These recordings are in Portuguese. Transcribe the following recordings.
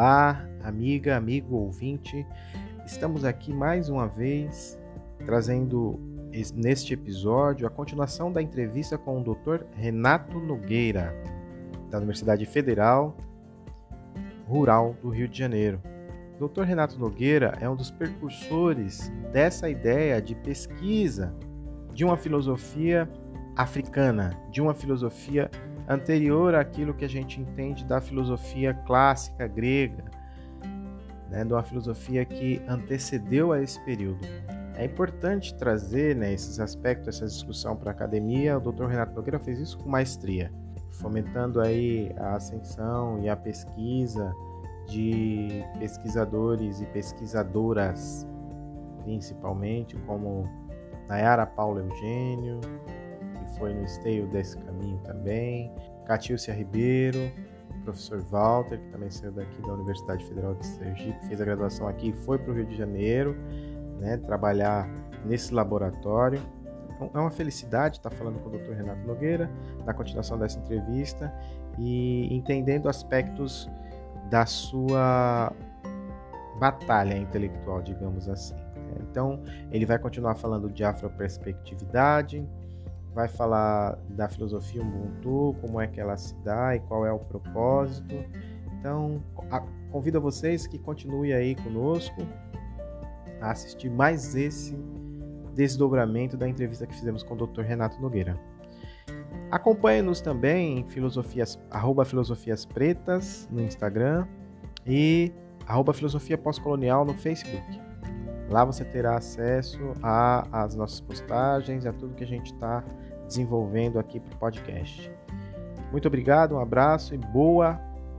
Olá, amiga, amigo, ouvinte. Estamos aqui mais uma vez trazendo neste episódio a continuação da entrevista com o Dr. Renato Nogueira, da Universidade Federal Rural do Rio de Janeiro. O Dr. Renato Nogueira é um dos precursores dessa ideia de pesquisa de uma filosofia africana, de uma filosofia anterior àquilo que a gente entende da filosofia clássica grega, né, de uma filosofia que antecedeu a esse período. É importante trazer, né, esses aspectos, essa discussão para a academia. O Dr. Renato Nogueira fez isso com maestria, fomentando aí a ascensão e a pesquisa de pesquisadores e pesquisadoras, principalmente, como Nayara Paulo Eugênio, que foi no esteio desse caminho também, Catícia Ribeiro, o professor Walter, que também saiu daqui da Universidade Federal de Sergipe, fez a graduação aqui e foi para o Rio de Janeiro, né, trabalhar nesse laboratório. Então, é uma felicidade estar falando com o Dr. Renato Nogueira, na continuação dessa entrevista, e entendendo aspectos da sua batalha intelectual, digamos assim. Então, ele vai continuar falando de afroperspectividade, vai falar da filosofia Ubuntu, como é que ela se dá e qual é o propósito. Então, convido a vocês que continuem aí conosco a assistir mais esse desdobramento da entrevista que fizemos com o Dr. Renato Nogueira. Acompanhe-nos também em @filosofias pretas no Instagram e @filosofia pós-colonial no Facebook. Lá você terá acesso às nossas postagens, a tudo que a gente está desenvolvendo aqui para o podcast. Muito obrigado, um abraço e boa!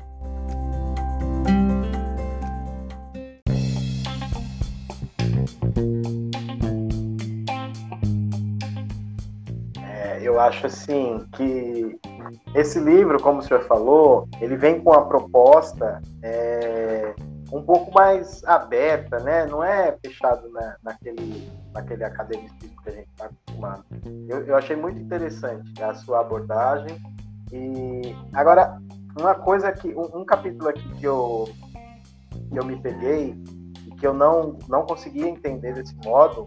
Eu acho assim que esse livro, como o senhor falou, ele vem com a proposta um pouco mais aberta, né? Não é fechado naquele academicismo que a gente está acostumado. Eu achei muito interessante a sua abordagem. E agora, uma coisa um capítulo aqui que eu me peguei e que eu não conseguia entender desse modo,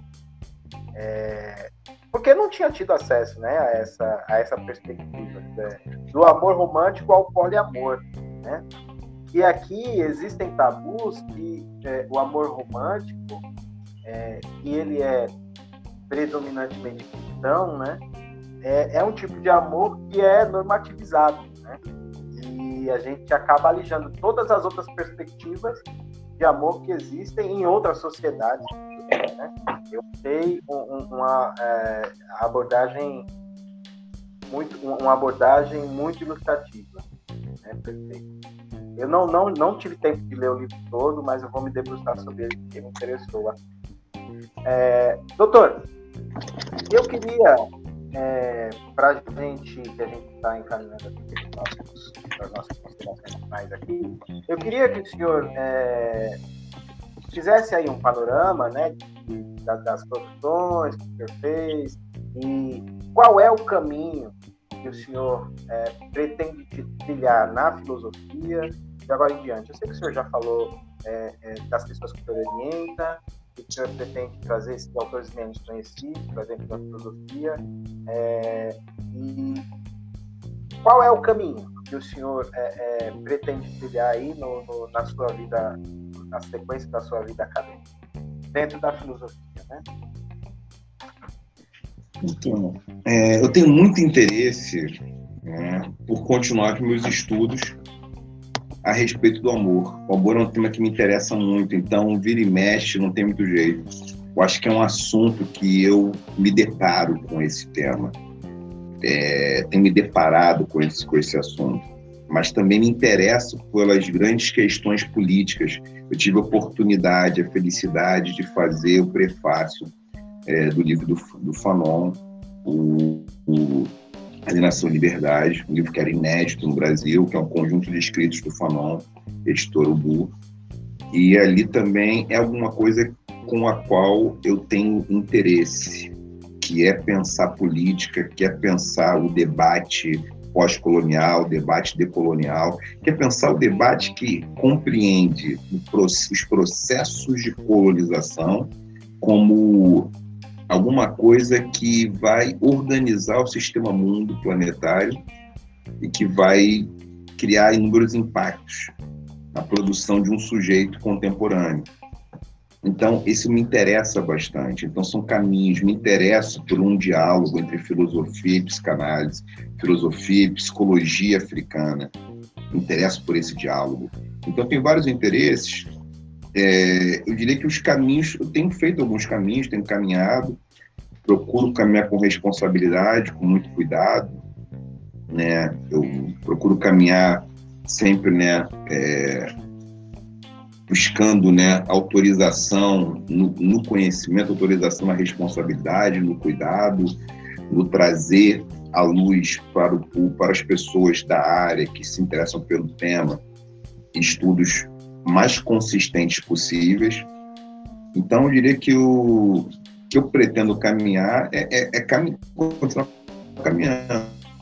porque não tinha tido acesso, né, a essa perspectiva, né, do amor romântico ao poliamor, né? E aqui existem tabus que o amor romântico, que ele é predominantemente cristão, né, é um tipo de amor que é normativizado, né? E a gente acaba alijando todas as outras perspectivas de amor que existem em outras sociedades, né? Eu tenho uma abordagem muito ilustrativa, né? Perfeito. Eu não tive tempo de ler o livro todo, mas eu vou me debruçar sobre ele porque me interessou. Doutor, eu queria, para a gente, que a gente está encaminhando para as nossas considerações finais aqui, eu queria que o senhor fizesse aí um panorama, né, das produções que o senhor fez e qual é o caminho que o senhor pretende trilhar na filosofia de agora em diante. Eu sei que o senhor já falou das pessoas que o senhor orienta, que o senhor pretende trazer esses autores menos conhecidos para dentro da filosofia, e qual é o caminho que o senhor pretende trilhar aí na sua vida, na sequência da sua vida acadêmica, dentro da filosofia, né? Então, eu tenho muito interesse, né, por continuar com meus estudos a respeito do amor. O amor é um tema que me interessa muito, então vira e mexe, não tem muito jeito. Eu acho que é um assunto que eu me deparo com esse tema. Tenho me deparado com esse assunto, mas também me interesso pelas grandes questões políticas. Eu tive a oportunidade, a felicidade de fazer o prefácio do livro do Fanon, Alienação e Liberdade, um livro que era inédito no Brasil, que é um conjunto de escritos do Fanon, editor Ubu. E ali também é alguma coisa com a qual eu tenho interesse, que é pensar política, que é pensar o debate pós-colonial, debate decolonial, que é pensar o debate que compreende os processos de colonização como alguma coisa que vai organizar o sistema mundo planetário e que vai criar inúmeros impactos na produção de um sujeito contemporâneo. Então, isso me interessa bastante. Então, são caminhos. Me interesso por um diálogo entre filosofia e psicanálise, filosofia e psicologia africana. Me interesso por esse diálogo. Então, tem vários interesses. Eu diria que os caminhos... Eu tenho feito alguns caminhos, tenho caminhado. Procuro caminhar com responsabilidade, com muito cuidado, né? Eu procuro caminhar sempre, né? Buscando, né, autorização no conhecimento, autorização na responsabilidade, no cuidado, no trazer à luz para as pessoas da área que se interessam pelo tema estudos mais consistentes possíveis. Então, eu diria que o que eu pretendo caminhar continuar caminhando.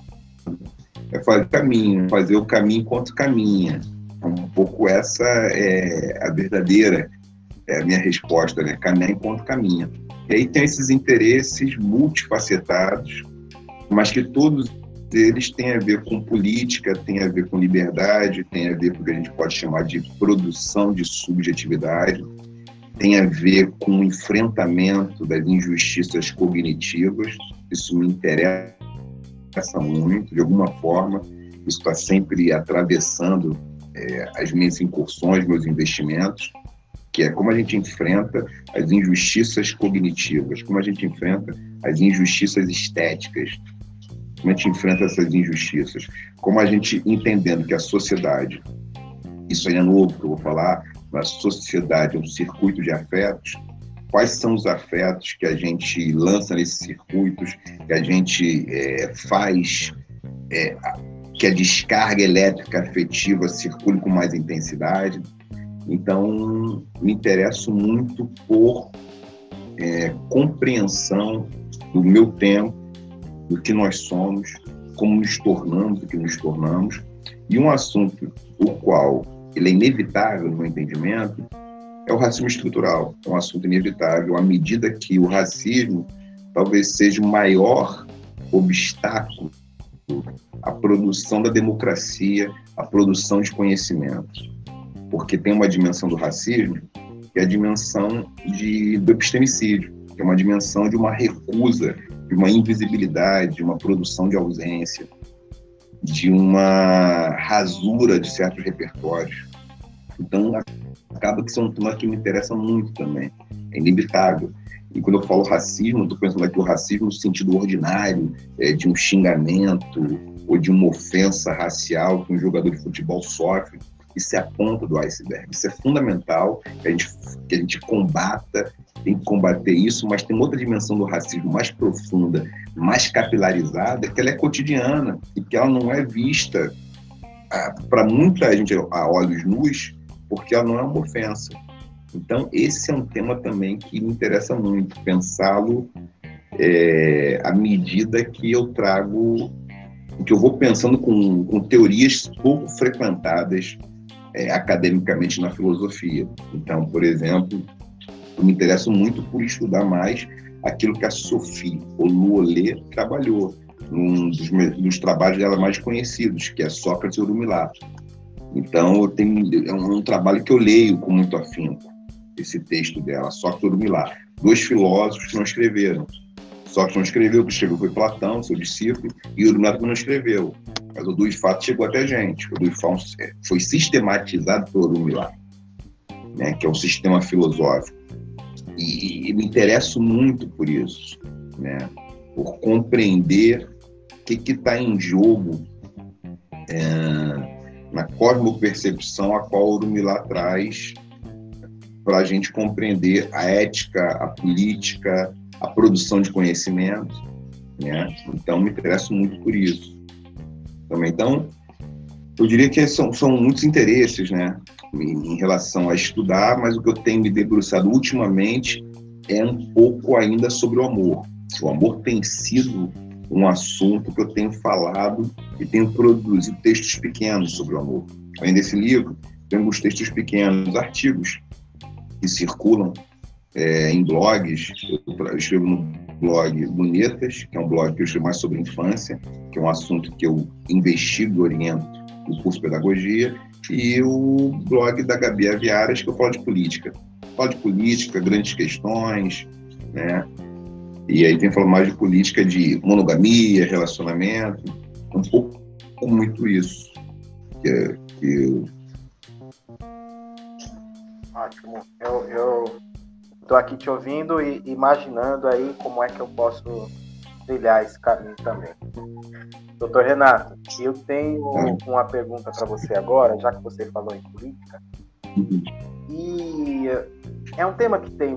É fazer caminho, fazer o caminho enquanto caminha. Um pouco essa é a verdadeira, a minha resposta, né? Caminhar enquanto caminha. E aí tem esses interesses multifacetados, mas que todos eles têm a ver com política, têm a ver com liberdade, têm a ver com o que a gente pode chamar de produção de subjetividade, tem a ver com o enfrentamento das injustiças cognitivas. Isso me interessa muito, de alguma forma. Isso está sempre atravessando as minhas incursões, meus investimentos, que é como a gente enfrenta as injustiças cognitivas, como a gente enfrenta as injustiças estéticas, como a gente enfrenta essas injustiças, como a gente, entendendo que a sociedade, isso aí é novo que eu vou falar, a sociedade é um circuito de afetos. Quais são os afetos que a gente lança nesses circuitos, que a gente faz que a descarga elétrica afetiva circule com mais intensidade? Então, me interesso muito por compreensão do meu tempo, do que nós somos, como nos tornamos, do que nos tornamos. E um assunto o qual ele é inevitável no meu entendimento é o racismo estrutural. É um assunto inevitável à medida que o racismo talvez seja o maior obstáculo à produção da democracia, à produção de conhecimento. Porque tem uma dimensão do racismo que é a dimensão do epistemicídio, que é uma dimensão de uma recusa, de uma invisibilidade, de uma produção de ausência, de uma rasura de certos repertórios. Então, acaba que isso é um tema que me interessa muito também, é inevitável. E quando eu falo racismo, eu estou pensando aqui o racismo no sentido ordinário, de um xingamento ou de uma ofensa racial que um jogador de futebol sofre. Isso é a ponta do iceberg. Isso é fundamental que a gente combata, tem que combater isso, mas tem outra dimensão do racismo mais profunda, mais capilarizada, que ela é cotidiana e que ela não é vista para muita gente a olhos nus, porque ela não é uma ofensa. Então, esse é um tema também que me interessa muito, pensá-lo à medida que eu trago, que eu vou pensando com teorias pouco frequentadas academicamente na filosofia. Então, por exemplo, eu me interesso muito por estudar mais aquilo que a Sophie Oluwole trabalhou, num dos trabalhos dela mais conhecidos, que é Sócrates e Orumilá. Então, é um trabalho que eu leio com muito afinco, esse texto dela, Sócrates e Orumilá. Dois filósofos que não escreveram. Sócrates não escreveu, o que escreveu foi Platão, seu discípulo, e Orumilá não escreveu. Mas o Edu de Fato chegou até a gente. O Edu de Fato foi sistematizado por Orumilá, né, que é um sistema filosófico. E me interesso muito por isso, né, por compreender o que está em jogo na cosmopercepção a qual Orumilá traz para a gente compreender a ética, a política, a produção de conhecimento, né? Então, me interesso muito por isso também. Então, eu diria que são muitos interesses, né, em relação a estudar, mas o que eu tenho me debruçado ultimamente é um pouco ainda sobre o amor. O amor tem sido um assunto que eu tenho falado e tenho produzido textos pequenos sobre o amor. Além desse livro, tem alguns textos pequenos, artigos que circulam em blogs. Eu escrevo no blog Lunetas, que é um blog que eu escrevo mais sobre infância, que é um assunto que eu investigo e oriento no curso de pedagogia, e o blog da Gabi Aviaras, que eu falo de política. Falo de política, grandes questões, né? E aí tem falado mais de política de monogamia, relacionamento, um pouco muito isso. Ótimo. Eu estou aqui te ouvindo e imaginando aí como é que eu posso trilhar esse caminho também. Doutor Renato, eu tenho uma pergunta para você agora, já que você falou em política. E é um tema que tem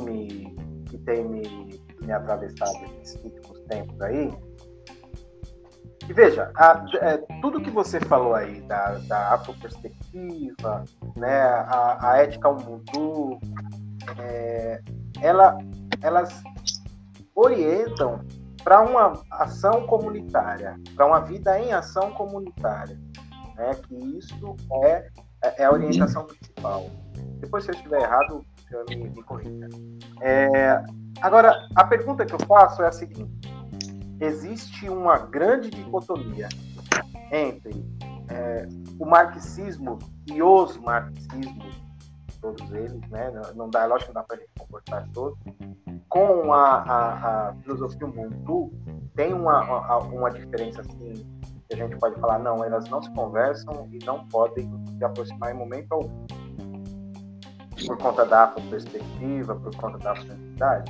me atravessado nesses últimos tempos aí. E veja, tudo que você falou aí da afroperspectiva, né, a ética Ubuntu, elas orientam para uma ação comunitária, para uma vida em ação comunitária, né, que isso é a orientação principal. Depois, se eu estiver errado, o senhor me corrija. Agora, a pergunta que eu faço é a seguinte: existe uma grande dicotomia entre o marxismo e os marxismos, todos eles, né? Lógico que não dá para a gente comportar todos, com a filosofia Ubuntu. Tem uma diferença assim, que a gente pode falar, não, elas não se conversam e não podem se aproximar em momento algum, por conta da afroperspectiva, por conta da afroidentidade?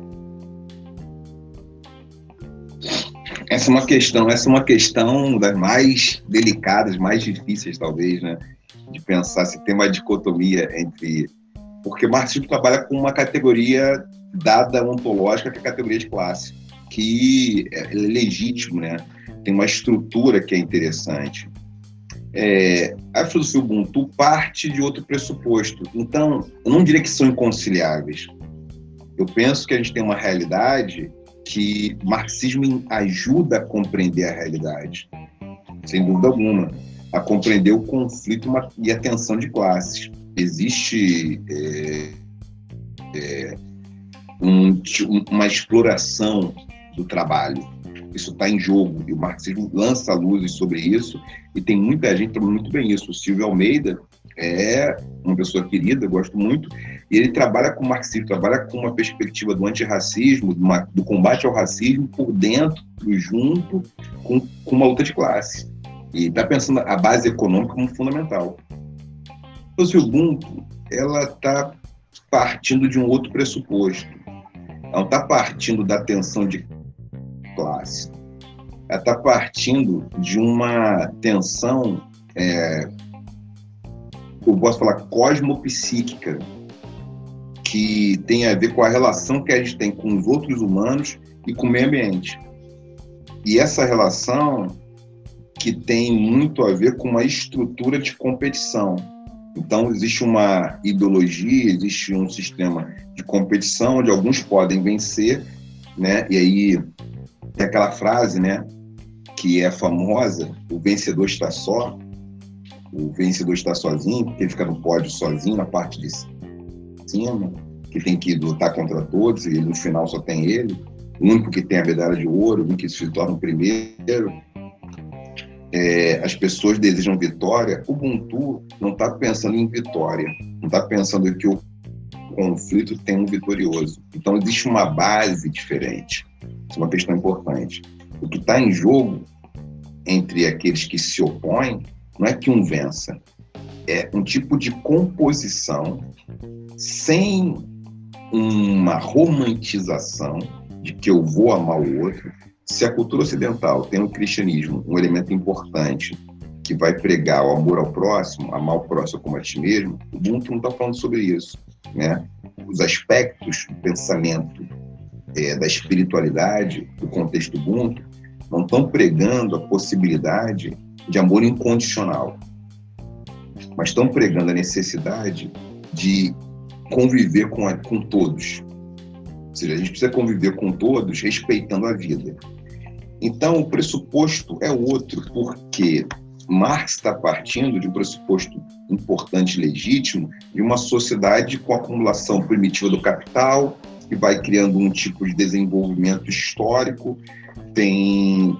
Essa é uma questão das mais delicadas, mais difíceis, talvez, né? De pensar se tem uma dicotomia entre... Porque o marxismo trabalha com uma categoria dada ontológica, que é a categoria de classe, que é legítimo, né? Tem uma estrutura que é interessante. A filosofia Ubuntu parte de outro pressuposto. Então, eu não diria que são inconciliáveis. Eu penso que a gente tem uma realidade que o marxismo ajuda a compreender a realidade, sem dúvida alguma, a compreender o conflito e a tensão de classes. Existe uma exploração do trabalho. Isso está em jogo, e o marxismo lança luzes sobre isso, e tem muita gente trabalhando muito bem isso. O Silvio Almeida é uma pessoa querida, eu gosto muito, e ele trabalha com o marxismo, trabalha com uma perspectiva do antirracismo, do combate ao racismo por dentro, junto com uma luta de classe. E está pensando a base econômica como fundamental. Então, o Ubuntu, ela está partindo de um outro pressuposto. Ela não está partindo da tensão de classe. Ela está partindo de uma tensão, eu posso falar, cosmopsíquica, que tem a ver com a relação que a gente tem com os outros humanos e com o meio ambiente. E essa relação que tem muito a ver com uma estrutura de competição. Então, existe uma ideologia, existe um sistema de competição onde alguns podem vencer, né? E aí tem aquela frase, né, que é famosa: o vencedor está só, o vencedor está sozinho, porque ele fica no pódio sozinho, na parte de cima, que tem que lutar contra todos, e no final só tem ele, o único que tem a medalha de ouro, o único que se torna o primeiro. As pessoas desejam vitória. O Ubuntu não está pensando em vitória, não está pensando que o conflito tem um vitorioso. Então, existe uma base diferente. Isso é uma questão importante. O que está em jogo entre aqueles que se opõem não é que um vença, é um tipo de composição sem uma romantização de que eu vou amar o outro. Se a cultura ocidental tem no cristianismo um elemento importante que vai pregar o amor ao próximo, amar o próximo como a ti mesmo, o Ubuntu não está falando sobre isso, né? Os aspectos do pensamento, da espiritualidade, do contexto Ubuntu, não estão pregando a possibilidade de amor incondicional, mas estão pregando a necessidade de conviver com todos. Ou seja, a gente precisa conviver com todos respeitando a vida. Então, o pressuposto é outro, porque Marx está partindo de um pressuposto importante e legítimo de uma sociedade com acumulação primitiva do capital, que vai criando um tipo de desenvolvimento histórico. Tem,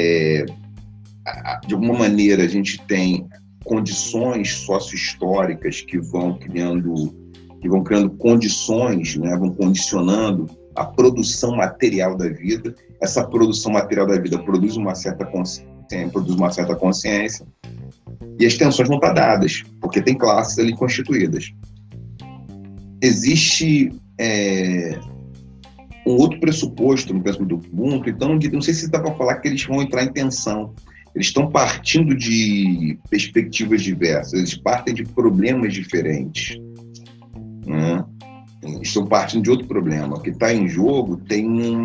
de alguma maneira, a gente tem condições sócio-históricas que vão criando condições, né, vão condicionando a produção material da vida. Essa produção material da vida produz uma certa consciência, e as tensões não estão dadas, porque tem classes ali constituídas. Existe um outro pressuposto no pensamento do Ubuntu, então não sei se dá para falar que eles vão entrar em tensão. Eles estão partindo de perspectivas diversas, eles partem de problemas diferentes, né? Estão partindo de outro problema. O que está em jogo tem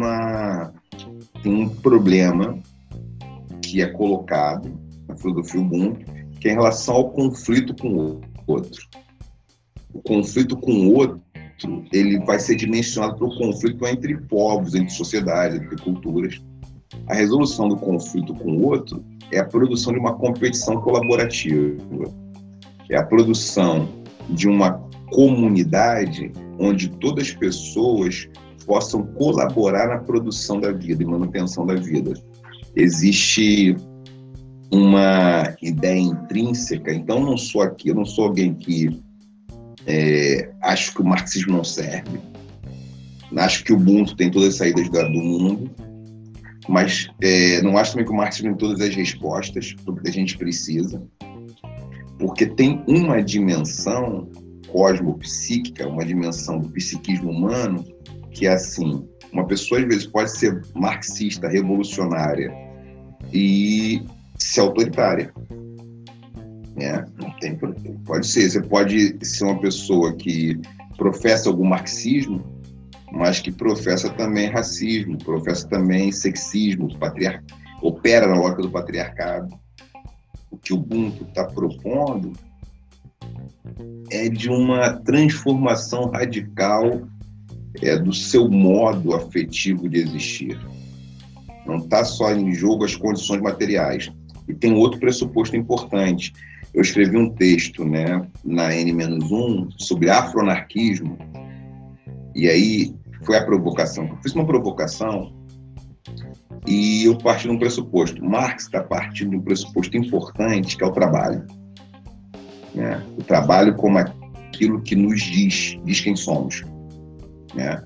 um problema que é colocado na filosofia Ubuntu, que é em relação ao conflito com o outro. O conflito com o outro, ele vai ser dimensionado pelo conflito entre povos, entre sociedades, entre culturas. A resolução do conflito com o outro é a produção de uma competição colaborativa. É a produção de uma comunidade onde todas as pessoas possam colaborar na produção da vida e manutenção da vida. Existe uma ideia intrínseca, então eu não sou alguém que acho que o marxismo não serve, acho que o Ubuntu tem todas as saídas do mundo, mas não acho também que o marxismo tem todas as respostas do que a gente precisa, porque tem uma dimensão cosmopsíquica, uma dimensão do psiquismo humano, que é assim, uma pessoa às vezes pode ser marxista, revolucionária e ser autoritária, né? Não tem, pode ser, você pode ser uma pessoa que professa algum marxismo, mas que professa também racismo, professa também sexismo, opera na lógica do patriarcado. O que o Ubuntu está propondo é de uma transformação radical do seu modo afetivo de existir. Não está só em jogo as condições materiais. E tem outro pressuposto importante. Eu escrevi um texto, né, na N-1 sobre afroanarquismo, e aí foi a provocação. Eu fiz uma provocação e eu parti de um pressuposto. Marx está partindo de um pressuposto importante, que é o trabalho, né? O trabalho como aquilo que nos diz quem somos, né?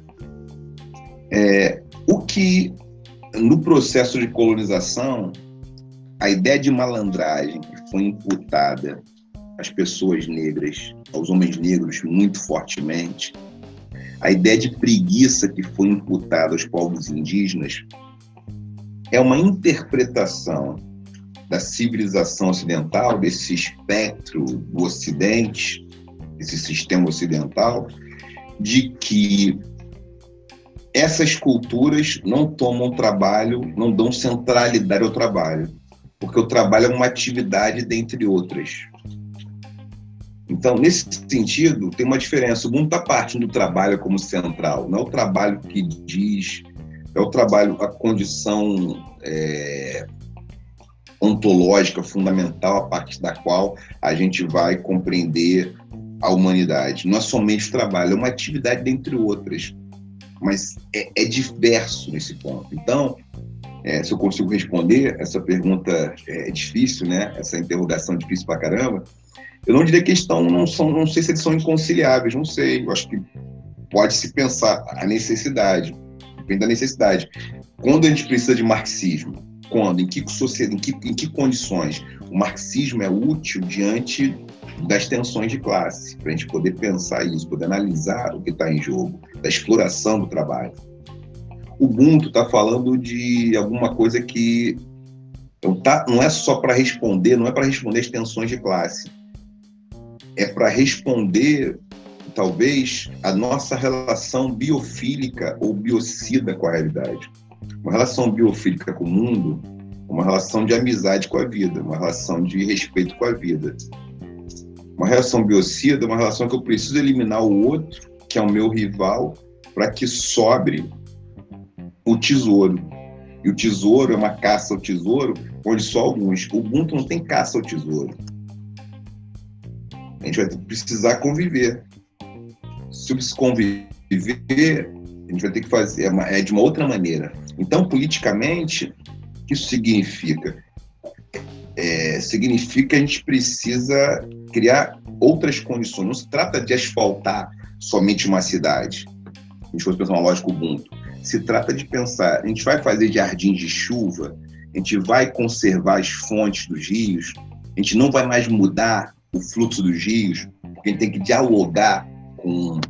O que, no processo de colonização, a ideia de malandragem que foi imputada às pessoas negras, aos homens negros muito fortemente, a ideia de preguiça que foi imputada aos povos indígenas, é uma interpretação da civilização ocidental, desse espectro do Ocidente, esse sistema ocidental, de que essas culturas não tomam trabalho, não dão centralidade ao trabalho, porque o trabalho é uma atividade dentre outras. Então, nesse sentido, tem uma diferença. O mundo está partindo do trabalho como central, não é o trabalho que diz, é o trabalho, a condição ontológica fundamental a partir da qual a gente vai compreender a humanidade. Não é somente o trabalho, é uma atividade dentre outras, mas é diverso nesse ponto. Então, se eu consigo responder, essa pergunta é difícil, né? Essa interrogação é difícil pra caramba. Eu não diria que não sei se eles são inconciliáveis, não sei. Eu acho que pode-se pensar a necessidade, depende da necessidade. Quando a gente precisa de marxismo? Quando? Em que sociedade, em que condições? O marxismo é útil diante das tensões de classe, para a gente poder pensar isso, poder analisar o que está em jogo, da exploração do trabalho. O Ubuntu está falando de alguma coisa que não é só para responder, não é para responder as tensões de classe, é para responder, talvez, a nossa relação biofílica ou biocida com a realidade. Uma relação biofílica com o mundo, uma relação de amizade com a vida, uma relação de respeito com a vida. Uma relação biocida é uma relação que eu preciso eliminar o outro, que é o meu rival, para que sobre o tesouro. E o tesouro é uma caça ao tesouro, onde só alguns. O Ubuntu não tem caça ao tesouro. A gente vai precisar conviver. Se eu conviver, a gente vai ter que fazer de uma outra maneira. Então, politicamente, o que isso significa? Significa que a gente precisa criar outras condições. Não se trata de asfaltar somente uma cidade. A gente fosse pensar uma lógica Ubuntu. Se trata de pensar, a gente vai fazer jardins de chuva, a gente vai conservar as fontes dos rios, a gente não vai mais mudar o fluxo dos rios, porque a gente tem que dialogar com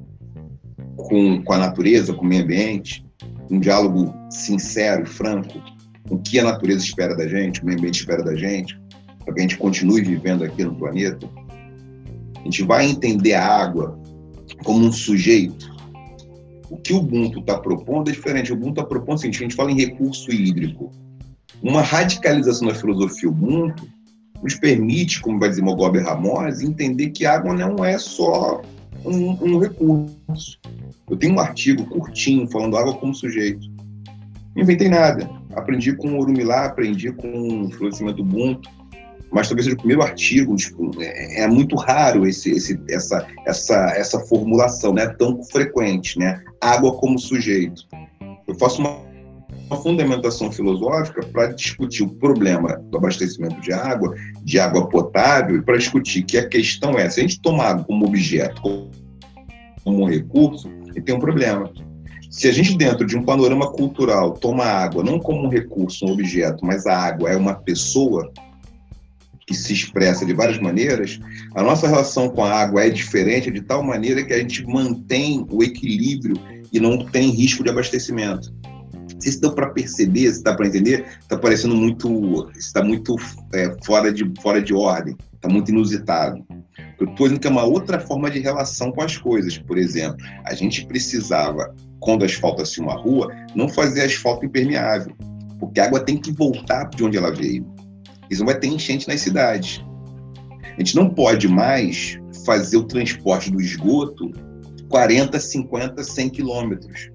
a natureza, com o meio ambiente, um diálogo sincero e franco, com o que a natureza espera da gente, o meio ambiente espera da gente, para que a gente continue vivendo aqui no planeta. A gente vai entender a água como um sujeito. O que o Ubuntu está propondo é diferente. O Ubuntu está propondo o seguinte: a gente fala em recurso hídrico. Uma radicalização da filosofia Ubuntu nos permite, como vai dizer Mogobe Ramós, entender que a água não é só um recurso. Eu tenho um artigo curtinho falando água como sujeito. Não inventei nada. Aprendi com o Orumilá, aprendi com o florescimento Ubuntu, mas talvez seja o primeiro artigo. É muito raro essa formulação, né? Tão frequente, né? Água como sujeito. Eu faço uma fundamentação filosófica para discutir o problema do abastecimento de água potável, e para discutir que a questão é, se a gente tomar água como objeto, como um recurso, ele tem um problema. Se a gente, dentro de um panorama cultural, toma a água não como um recurso, um objeto, mas a água é uma pessoa que se expressa de várias maneiras, a nossa relação com a água é diferente de tal maneira que a gente mantém o equilíbrio e não tem risco de abastecimento. Se dá para perceber, se dá para entender, está parecendo está muito fora de ordem, está muito inusitado. Eu estou dizendo que é uma outra forma de relação com as coisas. Por exemplo, a gente precisava, quando asfalta-se uma rua, não fazer asfalto impermeável, porque a água tem que voltar de onde ela veio. Isso não vai ter enchente nas cidades. A gente não pode mais fazer o transporte do esgoto 40, 50, 100 quilômetros.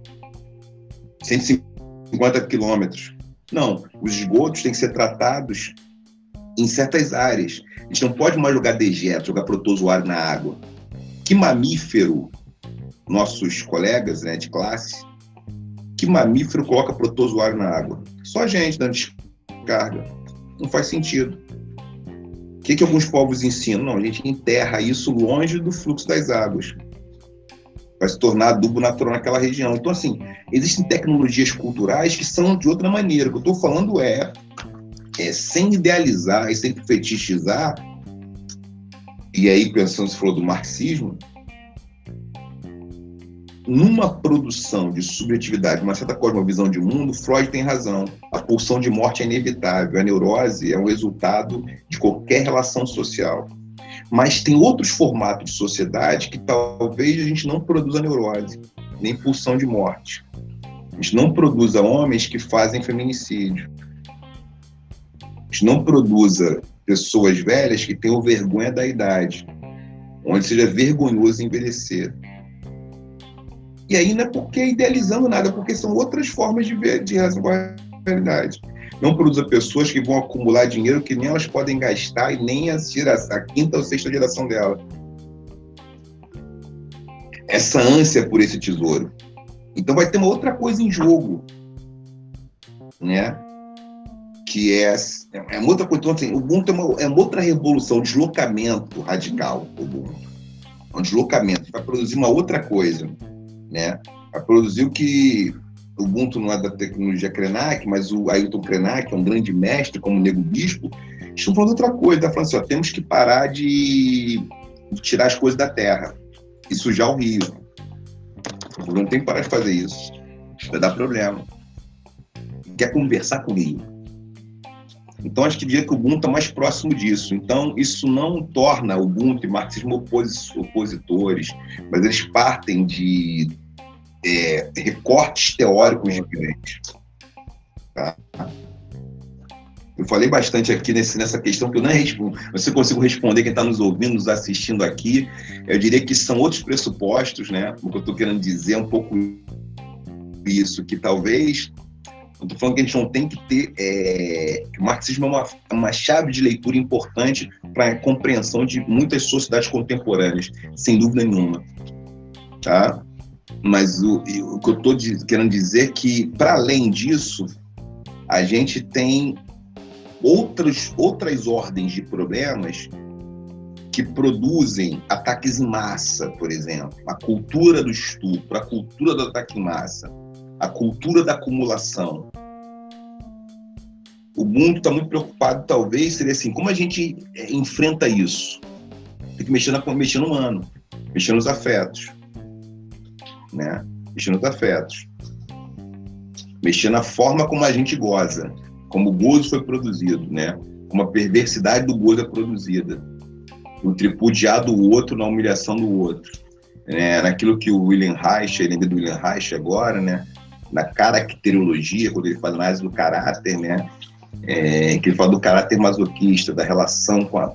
150 quilômetros. Não, os esgotos têm que ser tratados em certas áreas. A gente não pode mais jogar dejeto, jogar protozoário na água. Que mamífero, nossos colegas, né, de classe, que mamífero coloca protozoário na água? Só a gente dando descarga. Não faz sentido. O que alguns povos ensinam? Não, a gente enterra isso longe do fluxo das águas. Vai se tornar adubo natural naquela região. Então, assim, existem tecnologias culturais que são de outra maneira. O que eu estou falando é sem idealizar e sem fetichizar, e aí pensando, se falou do marxismo, numa produção de subjetividade, uma certa cosmovisão de mundo, Freud tem razão. A pulsão de morte é inevitável. A neurose é um resultado de qualquer relação social. Mas tem outros formatos de sociedade que talvez a gente não produza neurose, nem pulsão de morte. A gente não produza homens que fazem feminicídio. A gente não produza pessoas velhas que tenham vergonha da idade, onde seja vergonhoso envelhecer. E aí não é porque é idealizando nada, porque são outras formas de ver, de relação com a realidade. Não produza pessoas que vão acumular dinheiro que nem elas podem gastar e nem a quinta ou sexta geração dela. Essa ânsia por esse tesouro. Então vai ter uma outra coisa em jogo, né? Que é uma outra coisa. Então, assim, o Ubuntu é uma outra revolução, um deslocamento radical. O Ubuntu é um deslocamento, vai produzir uma outra coisa, né? Vai produzir o que o Ubuntu não é da tecnologia Krenak, mas o Ailton Krenak, é um grande mestre, como o Nego Bispo, estão falando outra coisa. Está falando assim, temos que parar de tirar as coisas da terra e sujar o rio. Não tem que parar de fazer isso. Vai dar problema. Quer conversar com o rio. Então, acho que diria que o Ubuntu é mais próximo disso. Então, isso não torna o Ubuntu e marxismo opositores, mas eles partem de recortes teóricos diferentes. Tá? Eu falei bastante aqui nessa questão, que eu não respondo. Você consigo responder quem está nos ouvindo, nos assistindo aqui. Eu diria que são outros pressupostos, né? O que eu estou querendo dizer é um pouco isso, que talvez Eu estou falando que a gente não tem que ter... que o marxismo é uma chave de leitura importante para a compreensão de muitas sociedades contemporâneas, sem dúvida nenhuma. Tá? Mas o que eu estou querendo dizer é que, para além disso, a gente tem outras ordens de problemas que produzem ataques em massa, por exemplo. A cultura do estupro, a cultura do ataque em massa, a cultura da acumulação. O mundo está muito preocupado, talvez, seria assim, como a gente enfrenta isso? Tem que mexer no humano, mexer nos afetos. Né? Mexer nos afetos. Mexer na forma como a gente goza, como o gozo foi produzido, né? Como a perversidade do gozo é produzida. O tripudiar do outro na humilhação do outro. Né? Naquilo que o William Reich, lembra do William Reich agora, né? Na caracterologia, quando ele fala análise do caráter, né? Que ele fala do caráter masoquista, da relação com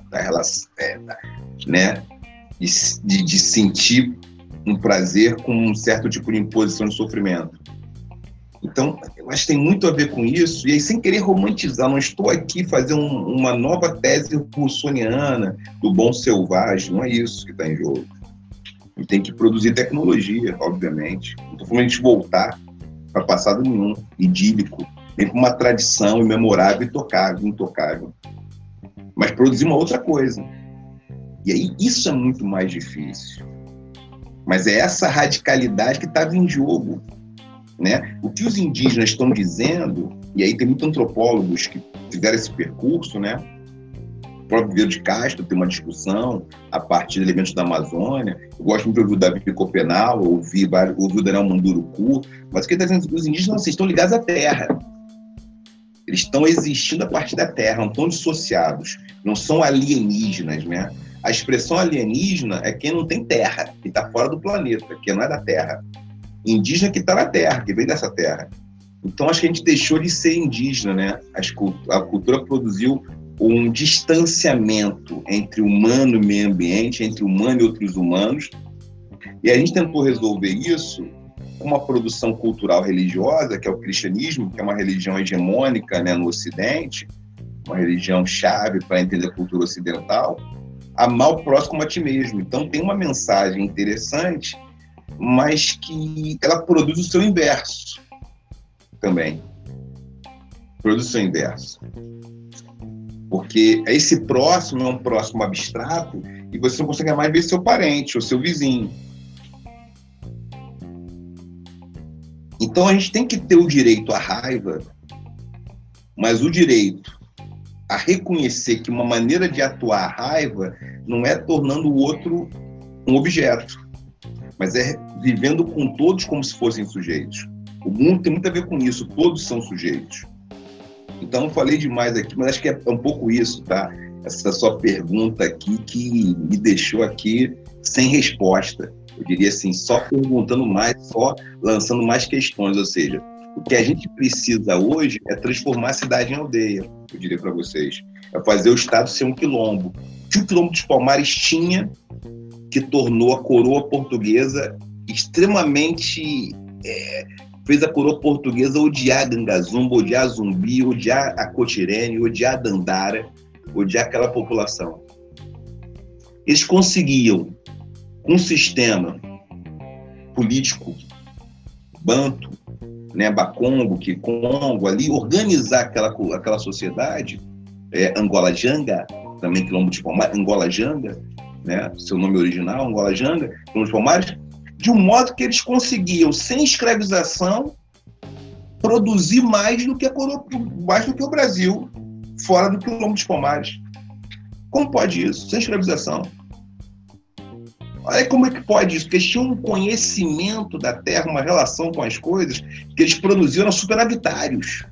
né? De sentir um prazer com um certo tipo de imposição de sofrimento. Então, eu acho que tem muito a ver com isso, e aí, sem querer romantizar, não estou aqui fazendo uma nova tese russoniana do bom selvagem, não é isso que está em jogo. A gente tem que produzir tecnologia, obviamente. Não estou falando de a gente voltar para passado nenhum, idílico, nem para uma tradição imemorável e intocável. Mas produzir uma outra coisa. E aí, isso é muito mais difícil. Mas é essa radicalidade que estava em jogo. Né? O que os indígenas estão dizendo, e aí tem muitos antropólogos que fizeram esse percurso, né? O próprio Vieira de Castro tem uma discussão a partir de elementos da Amazônia. Eu gosto muito de ouvir o Davi Copenal, ouvi o Daniel Munduruku, mas o que está dizendo? Os indígenas estão ligados à terra. Eles estão existindo a partir da terra, não estão dissociados, não são alienígenas, né? A expressão alienígena é quem não tem terra, que está fora do planeta, que não é da terra. Indígena que está na terra, que vem dessa terra. Então, acho que a gente deixou de ser indígena, né? A cultura produziu um distanciamento entre humano e meio ambiente, entre humano e outros humanos, e a gente tentou resolver isso com uma produção cultural religiosa, que é o cristianismo, que é uma religião hegemônica, né, no Ocidente, uma religião chave para entender a cultura ocidental, amar o próximo a ti mesmo. Então, tem uma mensagem interessante, mas que ela produz o seu inverso também. Produz o seu inverso. Porque esse próximo é um próximo abstrato e você não consegue mais ver seu parente ou seu vizinho. Então a gente tem que ter o direito à raiva, mas o direito a reconhecer que uma maneira de atuar a raiva não é tornando o outro um objeto, mas é vivendo com todos como se fossem sujeitos. O mundo tem muito a ver com isso, todos são sujeitos. Então, eu falei demais aqui, mas acho que é um pouco isso, tá? Essa sua pergunta aqui que me deixou aqui sem resposta. Eu diria assim, só perguntando mais, só lançando mais questões. Ou seja, o que a gente precisa hoje é transformar a cidade em aldeia, eu diria para vocês. É fazer o Estado ser um quilombo. Que o Quilombo dos Palmares tinha, que tornou a coroa portuguesa extremamente... fez a coroa portuguesa odiar Gangazumba, odiar Zumbi, odiar a Cotirene, odiar a Dandara, odiar aquela população. Eles conseguiam, com um sistema político banto, né, Bakongo, Kikongo, ali, organizar aquela sociedade, Angola-Janga, também Quilombo dos Palmares, Angola-Janga, né, seu nome original, Angola-Janga, Quilombo dos Palmares, de um modo que eles conseguiam, sem escravização, produzir mais do que o Brasil, fora do Quilombo dos Palmares. Como pode isso? Sem escravização. Olha como é que pode isso, porque eles tinham um conhecimento da terra, uma relação com as coisas, que eles produziam, eram superavitários.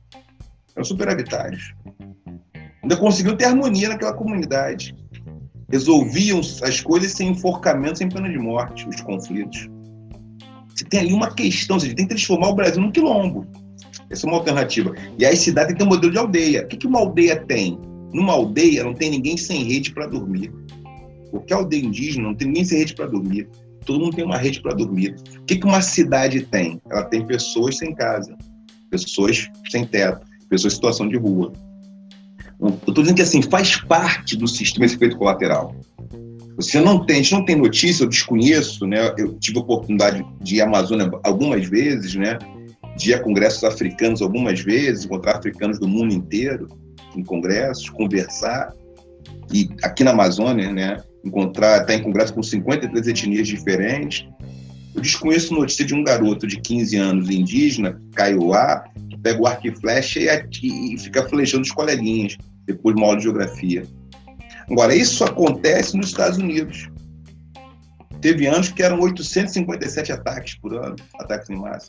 Ainda conseguiam ter harmonia naquela comunidade. Resolviam as coisas sem enforcamento, sem pena de morte, os conflitos. Você tem ali uma questão, você tem que transformar o Brasil num quilombo. Essa é uma alternativa. E aí cidade tem que ter um modelo de aldeia. O que uma aldeia tem? Numa aldeia não tem ninguém sem rede para dormir. Qualquer aldeia indígena não tem ninguém sem rede para dormir. Todo mundo tem uma rede para dormir. O que uma cidade tem? Ela tem pessoas sem casa. pessoas sem teto, pessoas em situação de rua. Eu estou dizendo que assim, faz parte do sistema esse efeito colateral. A gente não tem notícia, eu desconheço, né? Eu tive a oportunidade de ir à Amazônia algumas vezes, né? De ir a congressos africanos algumas vezes, encontrar africanos do mundo inteiro em congressos, conversar. E aqui na Amazônia, né? Estar em congresso com 53 etnias diferentes. Eu desconheço notícia de um garoto de 15 anos indígena, Kaiowá, que pega o arco e flecha e fica flechando os coleguinhas, depois de uma aula de geografia. Agora, isso acontece nos Estados Unidos. Teve anos que eram 857 ataques por ano, ataques em massa.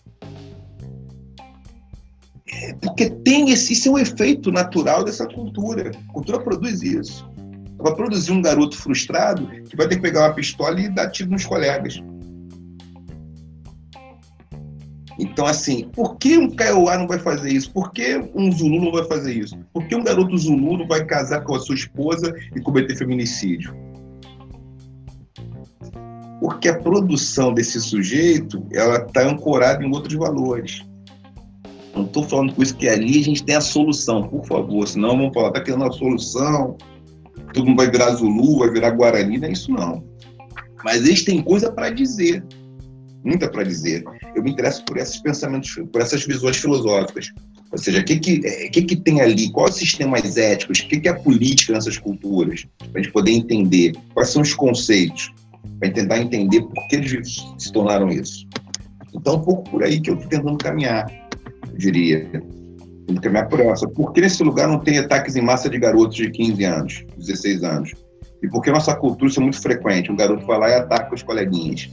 Porque isso é um efeito natural dessa cultura. A cultura produz isso. Vai produzir um garoto frustrado que vai ter que pegar uma pistola e dar tiro nos colegas. Então, assim, por que um Kaiowá não vai fazer isso? Por que um Zulu não vai fazer isso? Por que um garoto Zulu não vai casar com a sua esposa e cometer feminicídio? Porque a produção desse sujeito, ela está ancorada em outros valores. Não estou falando com isso que ali a gente tem a solução, por favor. Senão vamos falar, está querendo a solução, todo mundo vai virar Zulu, vai virar Guarani, não é isso não. Mas eles têm coisa para dizer. Muita para dizer. Eu me interesso por esses pensamentos, por essas visões filosóficas. Ou seja, o que tem ali? Quais os sistemas éticos? O que é a política nessas culturas? Para a gente poder entender quais são os conceitos, para tentar entender por que eles se tornaram isso. Então, um pouco por aí que eu estou tentando caminhar, eu diria. Tentando caminhar por essa. Por que nesse lugar não tem ataques em massa de garotos de 15 anos, 16 anos? E por que nossa cultura isso é muito frequente? Um garoto vai lá e ataca os coleguinhas.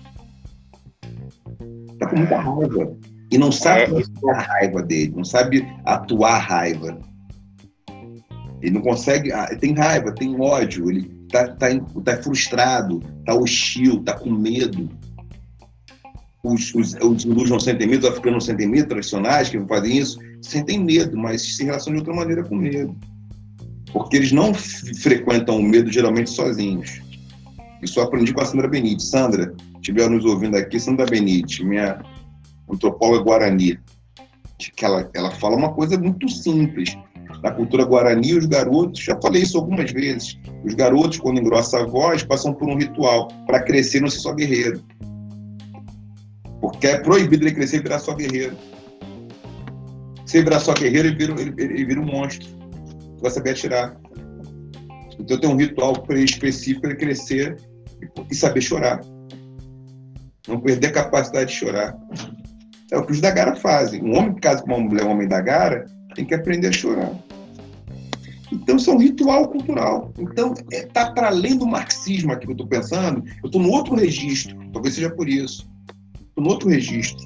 Está com muita raiva. E não sabe atuar a raiva dele, não sabe atuar a raiva. Ele não consegue. Tem raiva, tem ódio, ele tá frustrado, está hostil, está com medo. Os Zulus não sentem medo, os africanos não sentem medo, tradicionais que fazem isso, sentem medo, mas se relacionam de outra maneira com medo. Porque eles não frequentam o medo geralmente sozinhos. Isso eu aprendi com a Sandra Benite. Sandra, se estiver nos ouvindo aqui, Sandra Benite, minha antropóloga guarani, que ela fala uma coisa muito simples. Na cultura guarani, os garotos, já falei isso algumas vezes, os garotos, quando engrossam a voz, passam por um ritual para crescer e não ser só guerreiro. Porque é proibido ele crescer e virar só guerreiro. Se ele virar só guerreiro, ele vira um monstro. Ele vai saber atirar. Então tem um ritual específico para ele crescer e saber chorar. Não perder a capacidade de chorar. É o que os Dagara fazem. Um homem que casa com uma mulher, um homem Dagara, tem que aprender a chorar. Então, isso é um ritual cultural. Então, está para além do marxismo aqui que eu estou pensando. Eu estou no outro registro. Talvez seja por isso. Estou no outro registro.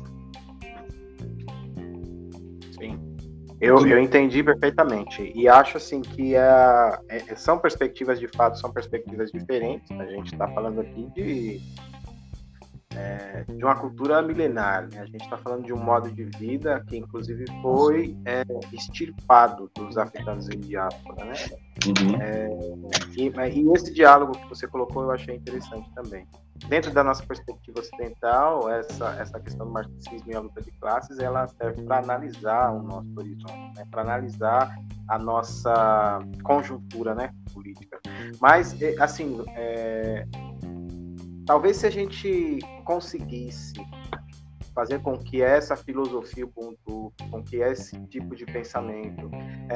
Sim. Eu entendi perfeitamente. E acho assim que são perspectivas, de fato, são perspectivas diferentes. A gente está falando aqui de uma cultura milenar, né? A gente está falando de um modo de vida que, inclusive, foi extirpado dos africanos em diáspora, né? Uhum. E esse diálogo que você colocou eu achei interessante também. Dentro da nossa perspectiva ocidental, essa questão do marxismo e a luta de classes, ela serve para analisar o nosso horizonte, né? Para analisar a nossa conjuntura, né, política. Mas, assim, talvez se a gente conseguisse fazer com que essa filosofia Ubuntu, com que esse tipo de pensamento,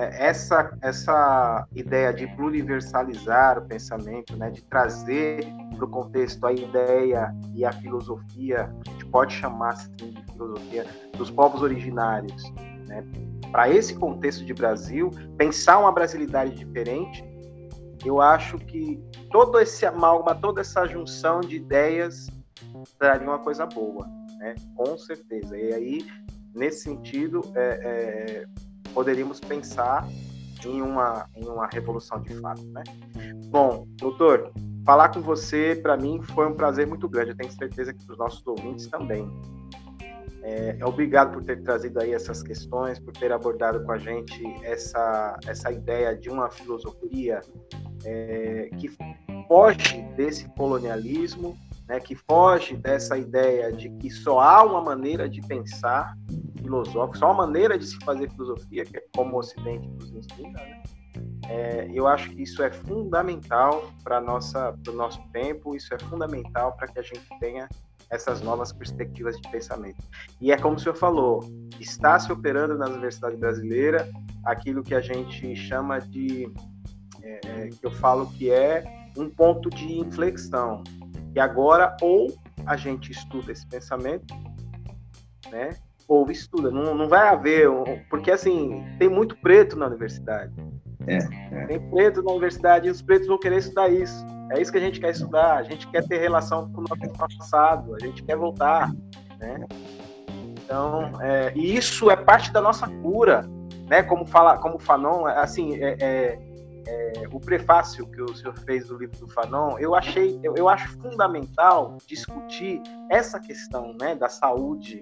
essa ideia de pluriversalizar o pensamento, né, de trazer para o contexto a ideia e a filosofia, a gente pode chamar assim de filosofia dos povos originários, né, para esse contexto de Brasil, pensar uma brasilidade diferente, eu acho que todo esse amálgama, toda essa junção de ideias traria uma coisa boa, né? Com certeza. E aí, nesse sentido, poderíamos pensar em uma revolução de fato, né? Bom, doutor, falar com você, para mim, foi um prazer muito grande. Eu tenho certeza que para os nossos ouvintes também. Obrigado por ter trazido aí essas questões, por ter abordado com a gente essa ideia de uma filosofia que foge desse colonialismo, né, que foge dessa ideia de que só há uma maneira de pensar, filosófico, só uma maneira de se fazer filosofia, que é como o Ocidente nos ensina, né? Eu acho que isso é fundamental para o nosso tempo, isso é fundamental para que a gente tenha essas novas perspectivas de pensamento. E é como o senhor falou, está se operando na Universidade Brasileira aquilo que a gente chama de, que eu falo que é um ponto de inflexão, que agora ou a gente estuda esse pensamento, né, ou estuda, não vai haver, porque assim, tem muito preto na universidade. Tem preto na universidade e os pretos vão querer estudar isso. É isso que a gente quer estudar. A gente quer ter relação com o nosso passado. A gente quer voltar, né? Então, e isso é parte da nossa cura, né? Como o Fanon, assim, o prefácio que o senhor fez do livro do Fanon, eu acho fundamental discutir essa questão, né? Da saúde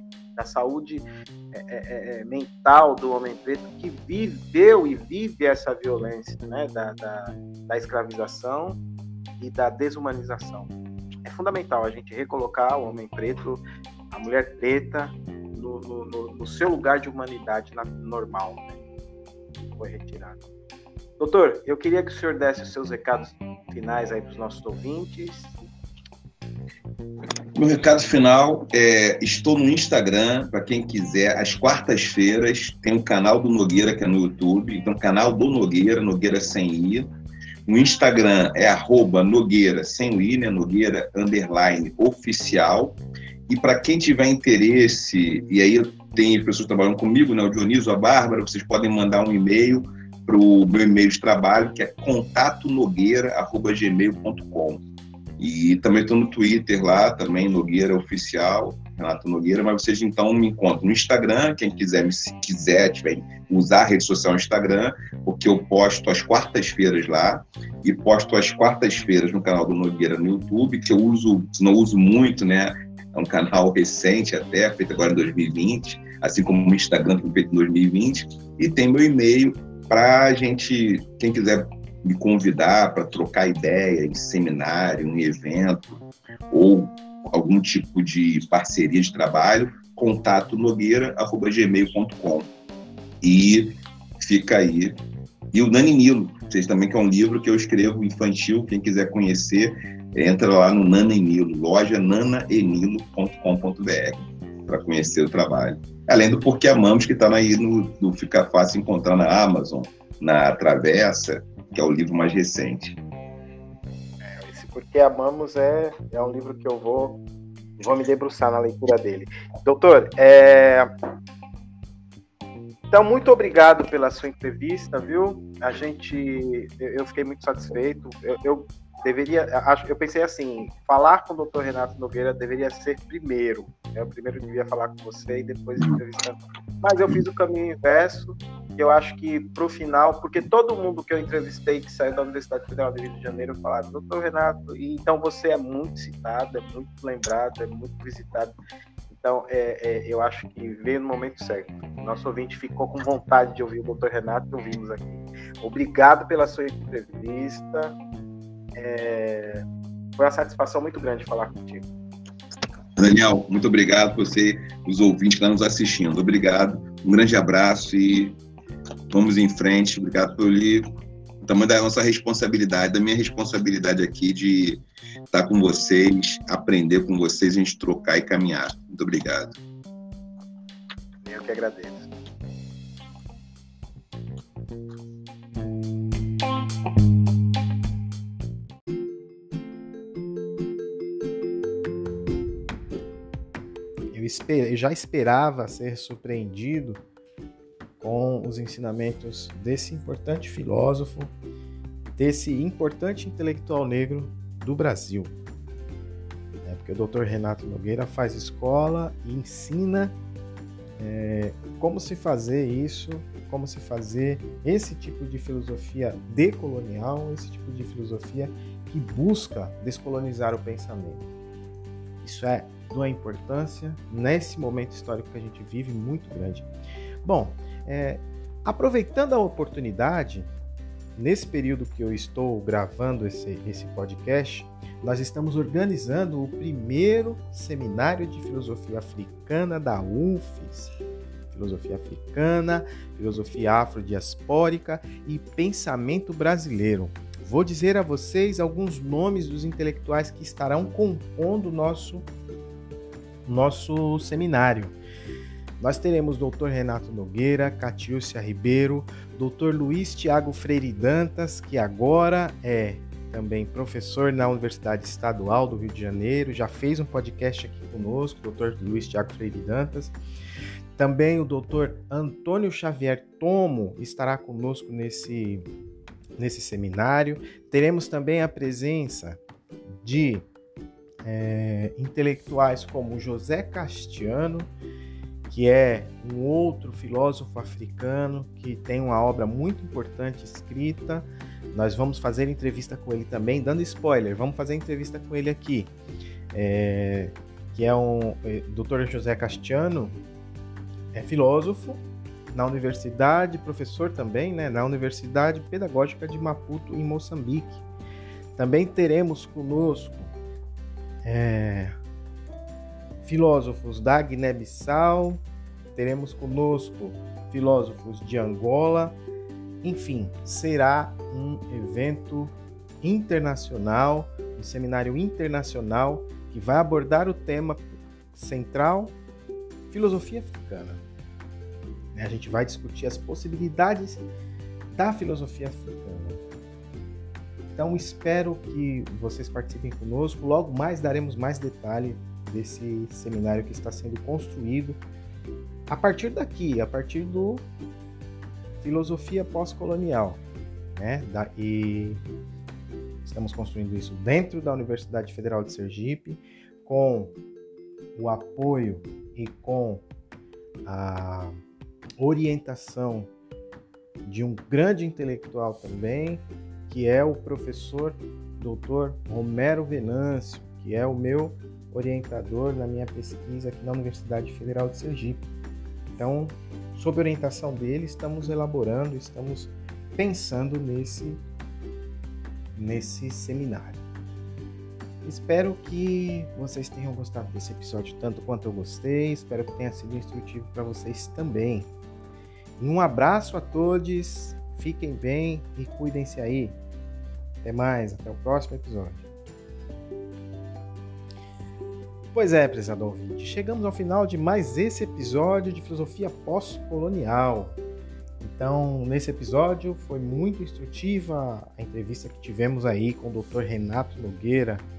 mental do homem preto que viveu e vive essa violência, né, da escravização e da desumanização. É fundamental a gente recolocar o homem preto, a mulher preta no seu lugar de humanidade normal, né, que foi retirado. Doutor, eu queria que o senhor desse os seus recados finais aí para os nossos ouvintes. Meu recado final estou no Instagram, para quem quiser, às quartas-feiras, tem um canal do Nogueira, que é no YouTube, então canal do Nogueira sem I. O Instagram é @Nogueira, sem o I, né? Nogueira, _oficial. E para quem tiver interesse, e aí tem pessoas trabalhando comigo, né? O Dionísio, a Bárbara, vocês podem mandar um e-mail para o meu e-mail de trabalho, que é contatonogueira@gmail.com. E também estou no Twitter lá, também Nogueira Oficial, Renato Nogueira, mas vocês então me encontram no Instagram, quem quiser tiver usar a rede social Instagram, porque eu posto às quartas-feiras lá, e posto às quartas-feiras no canal do Nogueira no YouTube, que eu não uso muito, né? É um canal recente até, feito agora em 2020, assim como o Instagram foi feito em 2020, e tem meu e-mail para gente, quem quiser me convidar para trocar ideia em seminário, um evento ou algum tipo de parceria de trabalho, contatonogueira@gmail.com. E fica aí. E o Nana e Nilo, vocês também, que é um livro que eu escrevo infantil, quem quiser conhecer, entra lá no Nana e Nilo, loja nanaenilo.com.br para conhecer o trabalho. Além do Porque Amamos, que está aí no Fica Fácil encontrar na Amazon, na Travessa, que é o livro mais recente. Esse Porque Amamos é um livro que eu vou me debruçar na leitura dele. Doutor, então, muito obrigado pela sua entrevista, viu? Eu fiquei muito satisfeito. Eu pensei assim, falar com o Dr. Renato Nogueira deveria ser primeiro. Eu primeiro devia falar com você e depois entrevistar. Mas eu fiz o caminho inverso. Eu acho que pro final, porque todo mundo que eu entrevistei que saiu da Universidade Federal do Rio de Janeiro falaram, doutor Renato, então você é muito citado, é muito lembrado, é muito visitado. Então, eu acho que veio no momento certo. Nosso ouvinte ficou com vontade de ouvir o doutor Renato, ouvimos aqui. Obrigado pela sua entrevista. Foi uma satisfação muito grande falar contigo. Daniel, muito obrigado por você, os ouvintes que estão nos assistindo. Obrigado, um grande abraço e vamos em frente. Obrigado pelo tamanho da nossa responsabilidade, da minha responsabilidade aqui de estar com vocês, aprender com vocês, a gente trocar e caminhar. Muito obrigado. Eu que agradeço. Eu já esperava ser surpreendido com os ensinamentos desse importante filósofo, desse importante intelectual negro do Brasil. Porque o Dr. Renato Nogueira faz escola e ensina como se fazer isso, como se fazer esse tipo de filosofia decolonial, esse tipo de filosofia que busca descolonizar o pensamento. Isso é de uma importância nesse momento histórico que a gente vive muito grande. Bom, aproveitando a oportunidade, nesse período que eu estou gravando esse podcast, nós estamos organizando o primeiro seminário de filosofia africana da UFES, filosofia africana, filosofia afrodiaspórica e pensamento brasileiro. Vou dizer a vocês alguns nomes dos intelectuais que estarão compondo o nosso seminário. Nós teremos Dr. Renato Nogueira, Catiúcia Ribeiro, Dr. Luiz Tiago Freire Dantas, que agora é também professor na Universidade Estadual do Rio de Janeiro, já fez um podcast aqui conosco, Dr. Luiz Tiago Freire Dantas. Também o Dr. Antônio Xavier Tomo estará conosco nesse seminário. Teremos também a presença de intelectuais como José Castiano, que é um outro filósofo africano que tem uma obra muito importante escrita. Nós vamos fazer entrevista com ele também, dando spoiler, vamos fazer entrevista com ele aqui, que é o Dr. José Castiano, é filósofo na universidade, professor também, né, na Universidade Pedagógica de Maputo, em Moçambique. Também teremos conosco filósofos da Guiné-Bissau, teremos conosco filósofos de Angola. Enfim, será um evento internacional, um seminário internacional que vai abordar o tema central, filosofia africana. A gente vai discutir as possibilidades da filosofia africana. Então, espero que vocês participem conosco. Logo mais daremos mais detalhe desse seminário que está sendo construído a partir daqui, a partir do filosofia pós-colonial, né? E estamos construindo isso dentro da Universidade Federal de Sergipe, com o apoio e com a orientação de um grande intelectual também, que é o professor Dr. Romero Venâncio, que é o meu orientador na minha pesquisa aqui na Universidade Federal de Sergipe. Então, sob orientação dele, estamos elaborando, estamos pensando nesse seminário. Espero que vocês tenham gostado desse episódio tanto quanto eu gostei, espero que tenha sido instrutivo para vocês também. Um abraço a todos, fiquem bem e cuidem-se aí. Até mais, até o próximo episódio. Pois é, prezado ouvinte, chegamos ao final de mais esse episódio de Filosofia Pós-Colonial. Então, nesse episódio foi muito instrutiva a entrevista que tivemos aí com o Dr. Renato Nogueira,